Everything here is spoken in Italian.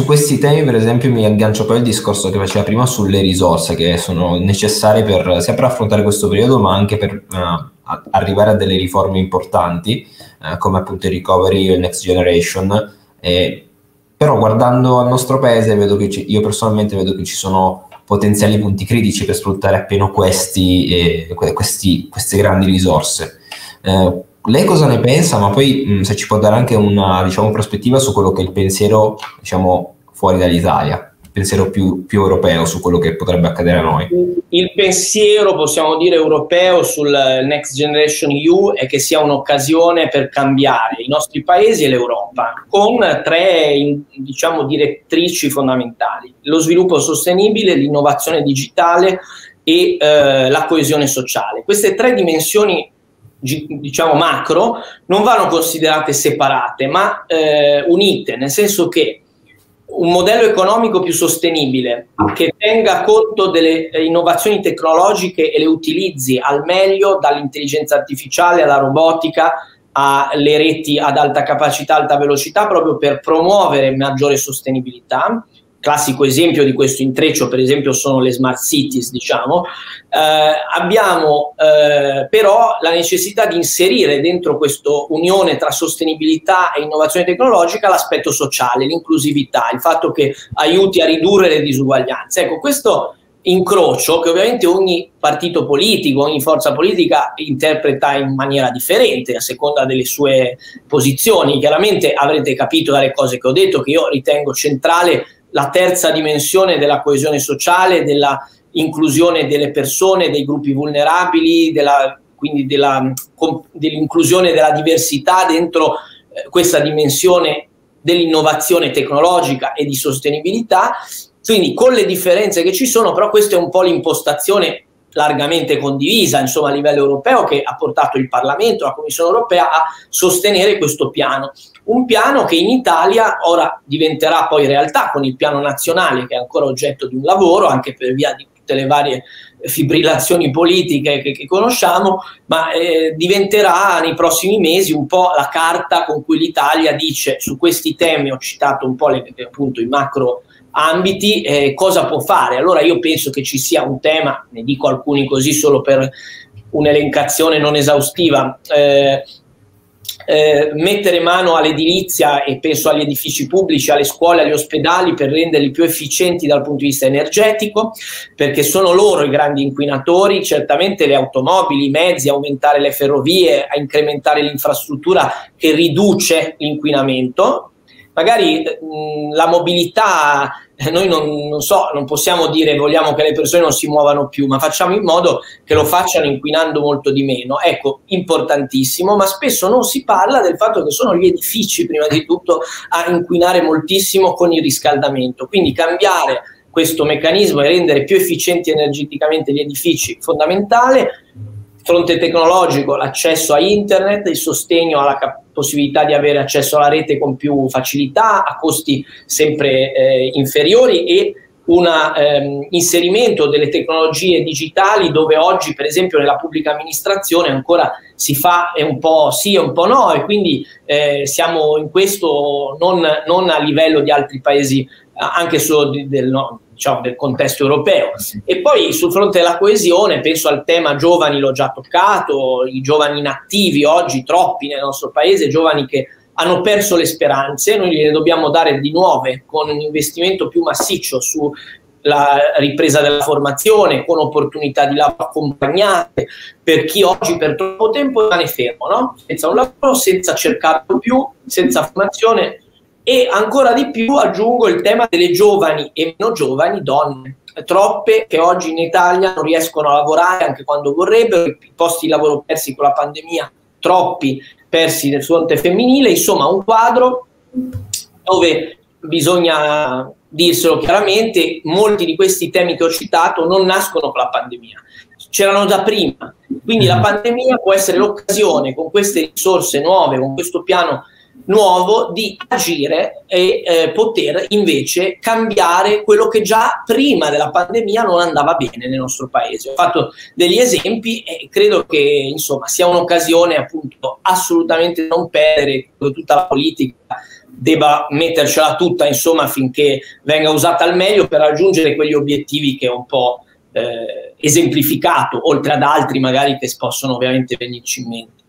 su questi temi, per esempio, mi aggancio poi al discorso che faceva prima sulle risorse che sono necessarie sia per affrontare questo periodo, ma anche per arrivare a delle riforme importanti, come appunto il recovery e il next generation. Però guardando al nostro paese, io personalmente vedo che ci sono potenziali punti critici per sfruttare appieno queste grandi risorse. Lei cosa ne pensa? Ma poi se ci può dare anche una, diciamo, prospettiva su quello che è il pensiero, diciamo, fuori dall'Italia, il pensiero più europeo su quello che potrebbe accadere a noi. Il pensiero, possiamo dire, europeo sul Next Generation EU è che sia un'occasione per cambiare i nostri paesi e l'Europa con tre, diciamo, direttrici fondamentali: lo sviluppo sostenibile, l'innovazione digitale e la coesione sociale. Queste tre dimensioni, diciamo macro, non vanno considerate separate ma unite, nel senso che un modello economico più sostenibile che tenga conto delle innovazioni tecnologiche e le utilizzi al meglio, dall'intelligenza artificiale alla robotica alle reti ad alta capacità, alta velocità, proprio per promuovere maggiore sostenibilità. Classico esempio di questo intreccio, per esempio, sono le smart cities, diciamo. Abbiamo però la necessità di inserire dentro questa unione tra sostenibilità e innovazione tecnologica l'aspetto sociale, l'inclusività, il fatto che aiuti a ridurre le disuguaglianze. Ecco, questo incrocio, che ovviamente ogni partito politico, ogni forza politica interpreta in maniera differente a seconda delle sue posizioni. Chiaramente avrete capito dalle cose che ho detto che io ritengo centrale la terza dimensione della coesione sociale, della inclusione delle persone, dei gruppi vulnerabili, quindi dell'inclusione della diversità dentro questa dimensione dell'innovazione tecnologica e di sostenibilità. Quindi con le differenze che ci sono, però questa è un po' l'impostazione largamente condivisa, insomma, a livello europeo, che ha portato il Parlamento, la Commissione europea a sostenere questo piano. Un piano che in Italia ora diventerà poi realtà con il piano nazionale, che è ancora oggetto di un lavoro, anche per via di tutte le varie fibrillazioni politiche che conosciamo, ma diventerà nei prossimi mesi un po' la carta con cui l'Italia dice su questi temi. Ho citato un po' appunto i macro ambiti, cosa può fare. Allora io penso che ci sia un tema, ne dico alcuni così solo per un'elencazione non esaustiva, mettere mano all'edilizia, e penso agli edifici pubblici, alle scuole, agli ospedali, per renderli più efficienti dal punto di vista energetico, perché sono loro i grandi inquinatori. Certamente le automobili, i mezzi, aumentare le ferrovie, a incrementare l'infrastruttura che riduce l'inquinamento. Magari la mobilità, noi non possiamo dire vogliamo che le persone non si muovano più, ma facciamo in modo che lo facciano inquinando molto di meno. Ecco, importantissimo, ma spesso non si parla del fatto che sono gli edifici prima di tutto a inquinare moltissimo con il riscaldamento. Quindi cambiare questo meccanismo e rendere più efficienti energeticamente gli edifici, fondamentale. Fronte tecnologico, l'accesso a internet, il sostegno alla possibilità di avere accesso alla rete con più facilità, a costi sempre inferiori, e un inserimento delle tecnologie digitali, dove oggi per esempio nella pubblica amministrazione ancora si fa un po' sì e un po' no, e quindi siamo in questo non a livello di altri paesi, anche solo del contesto europeo. E poi sul fronte della coesione penso al tema giovani, l'ho già toccato, i giovani inattivi oggi, troppi nel nostro paese, giovani che hanno perso le speranze. Noi gliele dobbiamo dare di nuove con un investimento più massiccio sulla ripresa della formazione, con opportunità di lavoro accompagnate per chi oggi per troppo tempo rimane fermo, no? Senza un lavoro, senza cercarlo più, senza formazione. E ancora di più aggiungo il tema delle giovani e meno giovani donne, troppe che oggi in Italia non riescono a lavorare anche quando vorrebbero, i posti di lavoro persi con la pandemia, troppi persi nel fronte femminile. Insomma, un quadro dove bisogna dirselo chiaramente, molti di questi temi che ho citato non nascono con la pandemia, c'erano già prima, quindi la pandemia può essere l'occasione, con queste risorse nuove, con questo piano nuovo, di agire e poter invece cambiare quello che già prima della pandemia non andava bene nel nostro paese. Ho fatto degli esempi e credo che insomma sia un'occasione appunto assolutamente da non perdere, tutta la politica debba mettercela tutta, insomma, finché venga usata al meglio per raggiungere quegli obiettivi che ho un po' esemplificato, oltre ad altri magari che possono ovviamente venirci in mente.